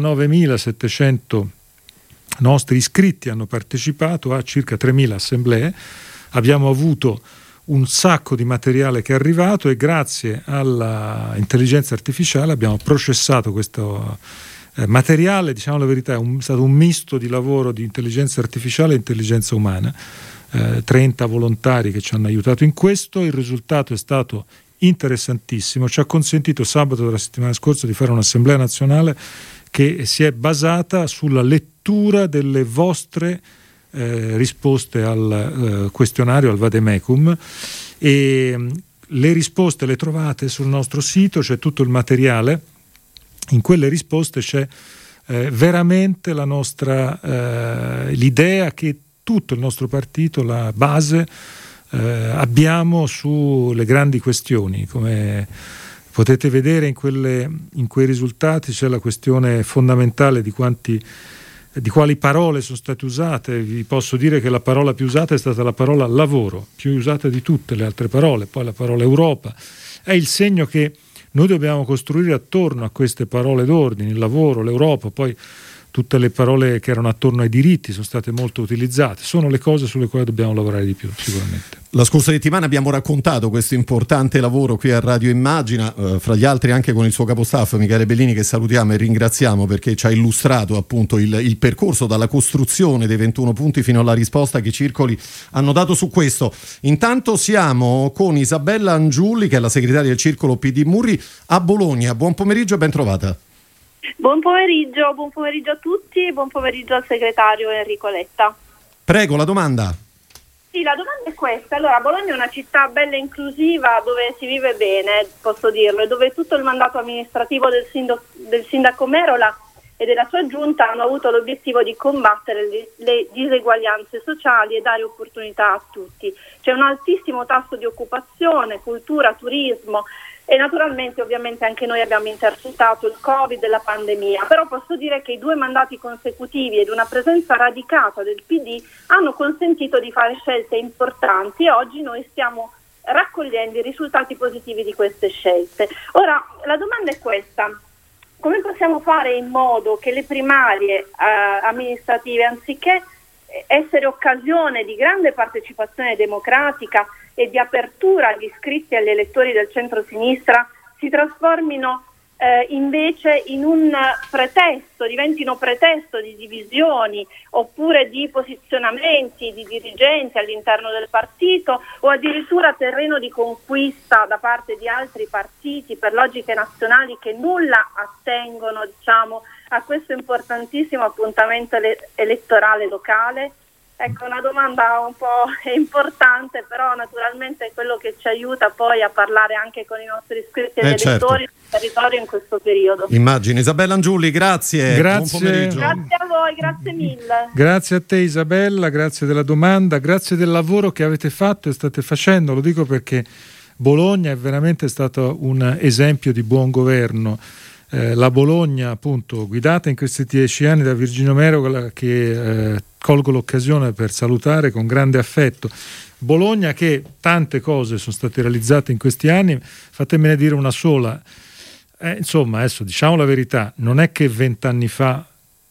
39.700 nostri iscritti hanno partecipato a circa 3.000 assemblee. Abbiamo avuto un sacco di materiale che è arrivato, e grazie all'intelligenza artificiale abbiamo processato questo materiale. Diciamo la verità, è stato un misto di lavoro di intelligenza artificiale e intelligenza umana. 30 volontari che ci hanno aiutato in questo. Il risultato è stato interessantissimo, ci ha consentito sabato della settimana scorsa di fare un'assemblea nazionale che si è basata sulla lettura delle vostre risposte al questionario, al vademecum, e le risposte le trovate sul nostro sito, c'è tutto il materiale. In quelle risposte c'è veramente la nostra l'idea che tutto il nostro partito, la base, abbiamo sulle grandi questioni. Come potete vedere in quei risultati c'è la questione fondamentale di quali parole sono state usate. Vi posso dire che la parola più usata è stata la parola lavoro, più usata di tutte le altre parole. Poi la parola Europa è il segno che noi dobbiamo costruire attorno a queste parole d'ordine, il lavoro, l'Europa. Poi tutte le parole che erano attorno ai diritti sono state molto utilizzate, sono le cose sulle quali dobbiamo lavorare di più, sicuramente. La scorsa settimana abbiamo raccontato questo importante lavoro qui a Radio Immagina, fra gli altri anche con il suo capostaff Michele Bellini, che salutiamo e ringraziamo perché ci ha illustrato appunto il percorso dalla costruzione dei 21 punti fino alla risposta che i circoli hanno dato su questo. Intanto siamo con Isabella Angiulli, che è la segretaria del circolo PD Murri a Bologna. Buon pomeriggio e ben trovata. Buon pomeriggio a tutti e buon pomeriggio al segretario Enrico Letta. Prego, la domanda. Sì, Sì, la domanda è questa. Allora, Bologna è una città bella e inclusiva dove si vive bene, posso dirlo, e dove tutto il mandato amministrativo del sindaco Merola e della sua giunta hanno avuto l'obiettivo di combattere le diseguaglianze sociali e dare opportunità a tutti. C'è un altissimo tasso di occupazione, cultura, turismo e naturalmente ovviamente anche noi abbiamo intercettato il Covid e la pandemia, però posso dire che i 2 mandati consecutivi ed una presenza radicata del PD hanno consentito di fare scelte importanti e oggi noi stiamo raccogliendo i risultati positivi di queste scelte. Ora, la domanda è questa: come possiamo fare in modo che le primarie amministrative, anziché essere occasione di grande partecipazione democratica e di apertura agli iscritti e agli elettori del centro-sinistra, si trasformino invece in un pretesto, diventino pretesto di divisioni oppure di posizionamenti di dirigenti all'interno del partito o addirittura terreno di conquista da parte di altri partiti per logiche nazionali che nulla attengono, diciamo, a questo importantissimo appuntamento elettorale locale? Ecco, una domanda un po' importante, però naturalmente è quello che ci aiuta poi a parlare anche con i nostri iscritti e elettori del territorio in questo periodo. Immagino. Isabella Angiulli, grazie. Buon pomeriggio. Grazie a voi, grazie mille. Grazie a te Isabella, grazie della domanda, grazie del lavoro che avete fatto e state facendo. Lo dico perché Bologna è veramente stato un esempio di buon governo. La Bologna, appunto, guidata in questi 10 anni da Virginio Merola, che colgo l'occasione per salutare con grande affetto. Bologna che tante cose sono state realizzate in questi anni, fatemene dire una sola. Insomma, adesso diciamo la verità, non è che 20 anni fa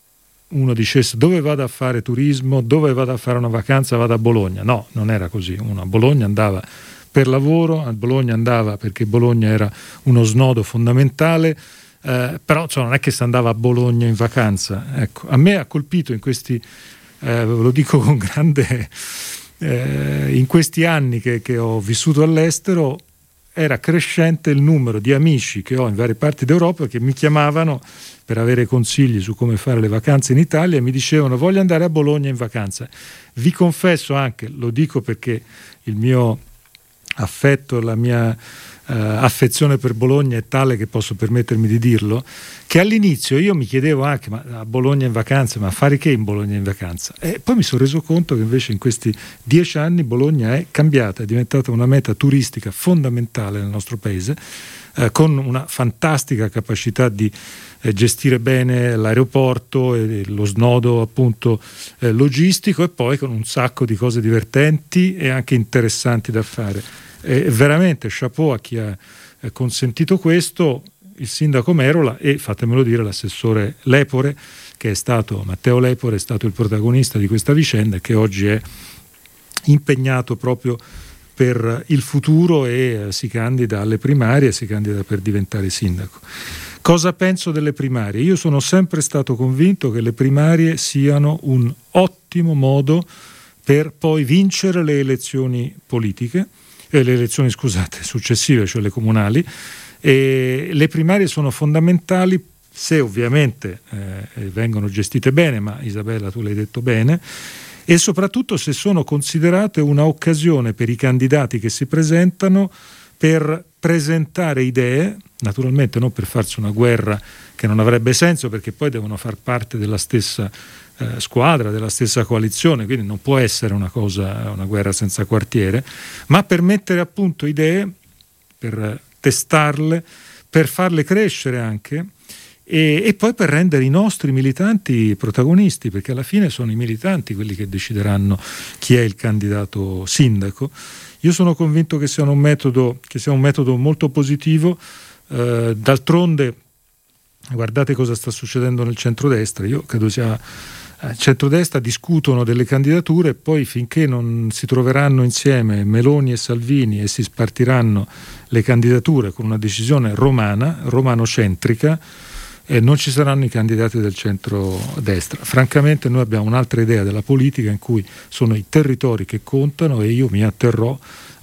uno dicesse dove vado a fare turismo, dove vado a fare una vacanza, vado a Bologna. No, non era così. Uno a Bologna andava per lavoro, a Bologna andava perché Bologna era uno snodo fondamentale. Però insomma, non è che si andava a Bologna in vacanza. Ecco, a me ha colpito in questi, ve lo dico con grande, in questi anni che ho vissuto all'estero, era crescente il numero di amici che ho in varie parti d'Europa che mi chiamavano per avere consigli su come fare le vacanze in Italia e mi dicevano voglio andare a Bologna in vacanza. Vi confesso anche, lo dico perché il mio affetto, la mia affezione per Bologna è tale che posso permettermi di dirlo, che all'inizio io mi chiedevo anche ma a Bologna in vacanza, ma a fare che in Bologna in vacanza? E poi mi sono reso conto che invece in questi 10 anni Bologna è cambiata, è diventata una meta turistica fondamentale nel nostro paese, con una fantastica capacità di gestire bene l'aeroporto e lo snodo appunto logistico e poi con un sacco di cose divertenti e anche interessanti da fare. Veramente chapeau a chi ha consentito questo, il sindaco Merola e fatemelo dire l'assessore Lepore, che è stato Matteo Lepore, è stato il protagonista di questa vicenda e che oggi è impegnato proprio per il futuro e si candida alle primarie, si candida per diventare sindaco. Cosa penso delle primarie? Io sono sempre stato convinto che le primarie siano un ottimo modo per poi vincere le elezioni politiche, le elezioni successive, cioè le comunali, e le primarie sono fondamentali se ovviamente vengono gestite bene, ma Isabella tu l'hai detto bene, e soprattutto se sono considerate una occasione per i candidati che si presentano per presentare idee, naturalmente non per farsi una guerra che non avrebbe senso perché poi devono far parte della stessa squadra, della stessa coalizione, quindi non può essere una guerra senza quartiere, ma per mettere appunto idee, per testarle, per farle crescere anche e poi per rendere i nostri militanti protagonisti, perché alla fine sono i militanti quelli che decideranno chi è il candidato sindaco. Io sono convinto che sia un metodo molto positivo, d'altronde guardate cosa sta succedendo nel centrodestra, io credo sia centrodestra discutono delle candidature e poi finché non si troveranno insieme Meloni e Salvini e si spartiranno le candidature con una decisione romanocentrica, non ci saranno i candidati del centrodestra. Francamente noi abbiamo un'altra idea della politica in cui sono i territori che contano e io mi atterrò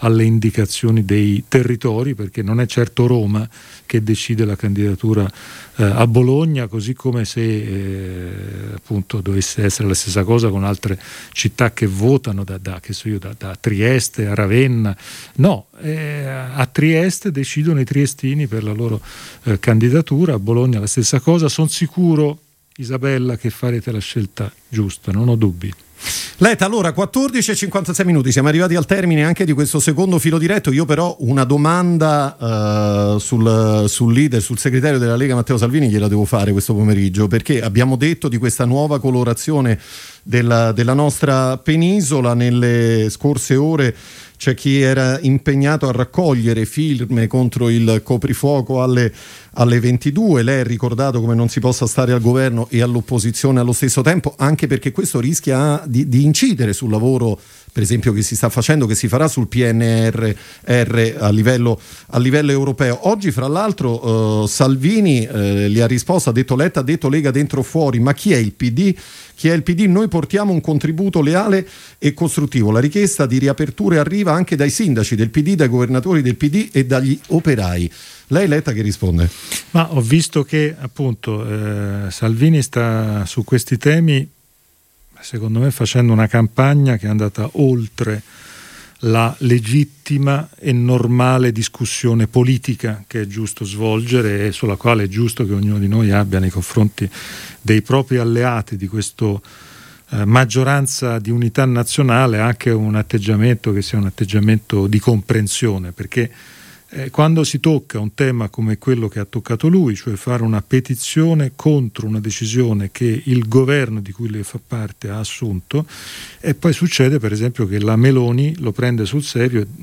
alle indicazioni dei territori, perché non è certo Roma che decide la candidatura a Bologna, così come se appunto dovesse essere la stessa cosa con altre città che votano da Trieste a Ravenna. No, a Trieste decidono i triestini per la loro candidatura, a Bologna la stessa cosa. Sono sicuro, Isabella, che farete la scelta giusta, non ho dubbi. Letta, allora 14:56 minuti, siamo arrivati al termine anche di questo secondo filo diretto. Io però una domanda sul leader, sul segretario della Lega Matteo Salvini gliela devo fare questo pomeriggio, perché abbiamo detto di questa nuova colorazione della nostra penisola. Nelle scorse ore c'è chi era impegnato a raccogliere firme contro il coprifuoco alle 22. Lei ha ricordato come non si possa stare al governo e all'opposizione allo stesso tempo, anche perché questo rischia di incidere sul lavoro, per esempio, che si sta facendo, che si farà sul PNRR a livello europeo. Oggi, fra l'altro, Salvini gli ha risposto, ha detto Letta, ha detto Lega dentro o fuori, ma chi è il PD? Chi è il PD? Noi portiamo un contributo leale e costruttivo. La richiesta di riaperture arriva anche dai sindaci del PD, dai governatori del PD e dagli operai. Lei, Letta, che risponde? Ma ho visto che appunto Salvini sta su questi temi, secondo me, facendo una campagna che è andata oltre la legittima e normale discussione politica che è giusto svolgere e sulla quale è giusto che ognuno di noi abbia nei confronti dei propri alleati di questa maggioranza di unità nazionale anche un atteggiamento che sia un atteggiamento di comprensione, perché quando si tocca un tema come quello che ha toccato lui, cioè fare una petizione contro una decisione che il governo di cui lei fa parte ha assunto, e poi succede per esempio che la Meloni lo prende sul serio e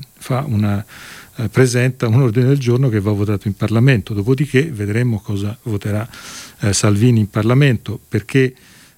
presenta un ordine del giorno che va votato in Parlamento, dopodiché vedremo cosa voterà Salvini in Parlamento, perché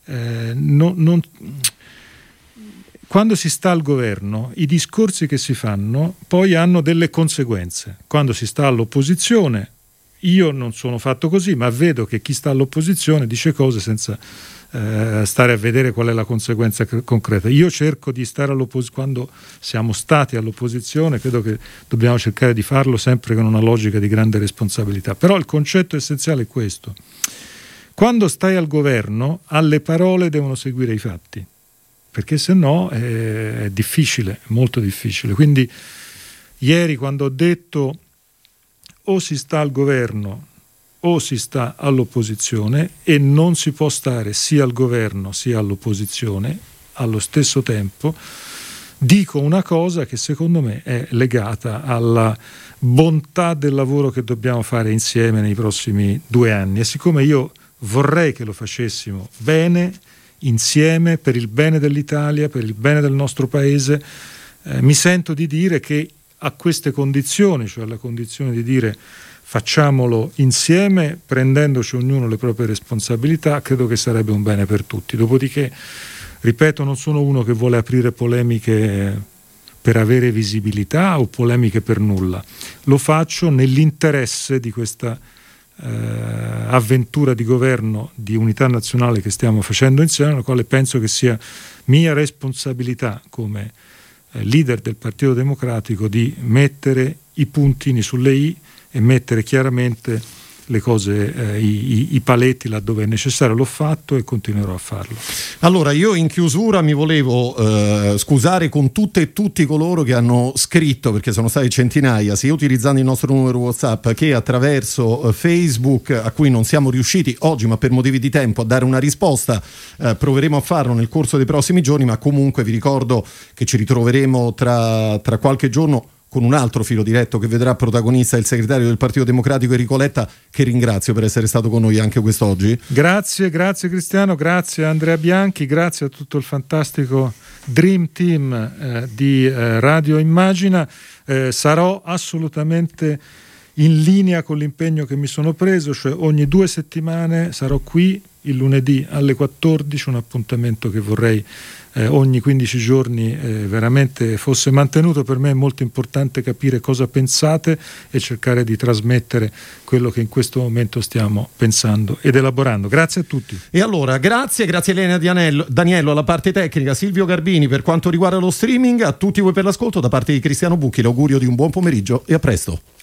quando si sta al governo i discorsi che si fanno poi hanno delle conseguenze. Quando si sta all'opposizione, io non sono fatto così, ma vedo che chi sta all'opposizione dice cose senza stare a vedere qual è la conseguenza concreta. Io cerco di stare all'opposizione, quando siamo stati all'opposizione credo che dobbiamo cercare di farlo sempre con una logica di grande responsabilità. Però il concetto essenziale è questo: quando stai al governo alle parole devono seguire i fatti, perché se no è difficile, molto difficile. Quindi ieri, quando ho detto o si sta al governo o si sta all'opposizione, e non si può stare sia al governo sia all'opposizione allo stesso tempo, dico una cosa che secondo me è legata alla bontà del lavoro che dobbiamo fare insieme nei prossimi 2 anni, e siccome io vorrei che lo facessimo bene, insieme, per il bene dell'Italia, per il bene del nostro paese, mi sento di dire che a queste condizioni, cioè alla condizione di dire facciamolo insieme, prendendoci ognuno le proprie responsabilità, credo che sarebbe un bene per tutti. Dopodiché, ripeto, non sono uno che vuole aprire polemiche per avere visibilità o polemiche per nulla. Lo faccio nell'interesse di questa avventura di governo di unità nazionale che stiamo facendo insieme, la quale penso che sia mia responsabilità come leader del Partito Democratico di mettere i puntini sulle i e mettere chiaramente le cose, i paletti laddove è necessario. L'ho fatto e continuerò a farlo. Allora, io in chiusura mi volevo scusare con tutte e tutti coloro che hanno scritto, perché sono stati centinaia, sia utilizzando il nostro numero WhatsApp che attraverso Facebook, a cui non siamo riusciti oggi, ma per motivi di tempo, a dare una risposta. Proveremo a farlo nel corso dei prossimi giorni, ma comunque vi ricordo che ci ritroveremo tra qualche giorno con un altro filo diretto che vedrà protagonista il segretario del Partito Democratico Enrico Letta, che ringrazio per essere stato con noi anche quest'oggi. Grazie Cristiano, grazie a Andrea Bianchi, grazie a tutto il fantastico Dream Team di Radio Immagina. Sarò assolutamente in linea con l'impegno che mi sono preso, cioè ogni 2 settimane sarò qui il lunedì alle 14, un appuntamento che vorrei ogni 15 giorni veramente fosse mantenuto. Per me è molto importante capire cosa pensate e cercare di trasmettere quello che in questo momento stiamo pensando ed elaborando. Grazie a tutti. E allora, grazie Elena Daniello alla parte tecnica, Silvio Garbini per quanto riguarda lo streaming, a tutti voi per l'ascolto. Da parte di Cristiano Bucchi l'augurio di un buon pomeriggio e a presto.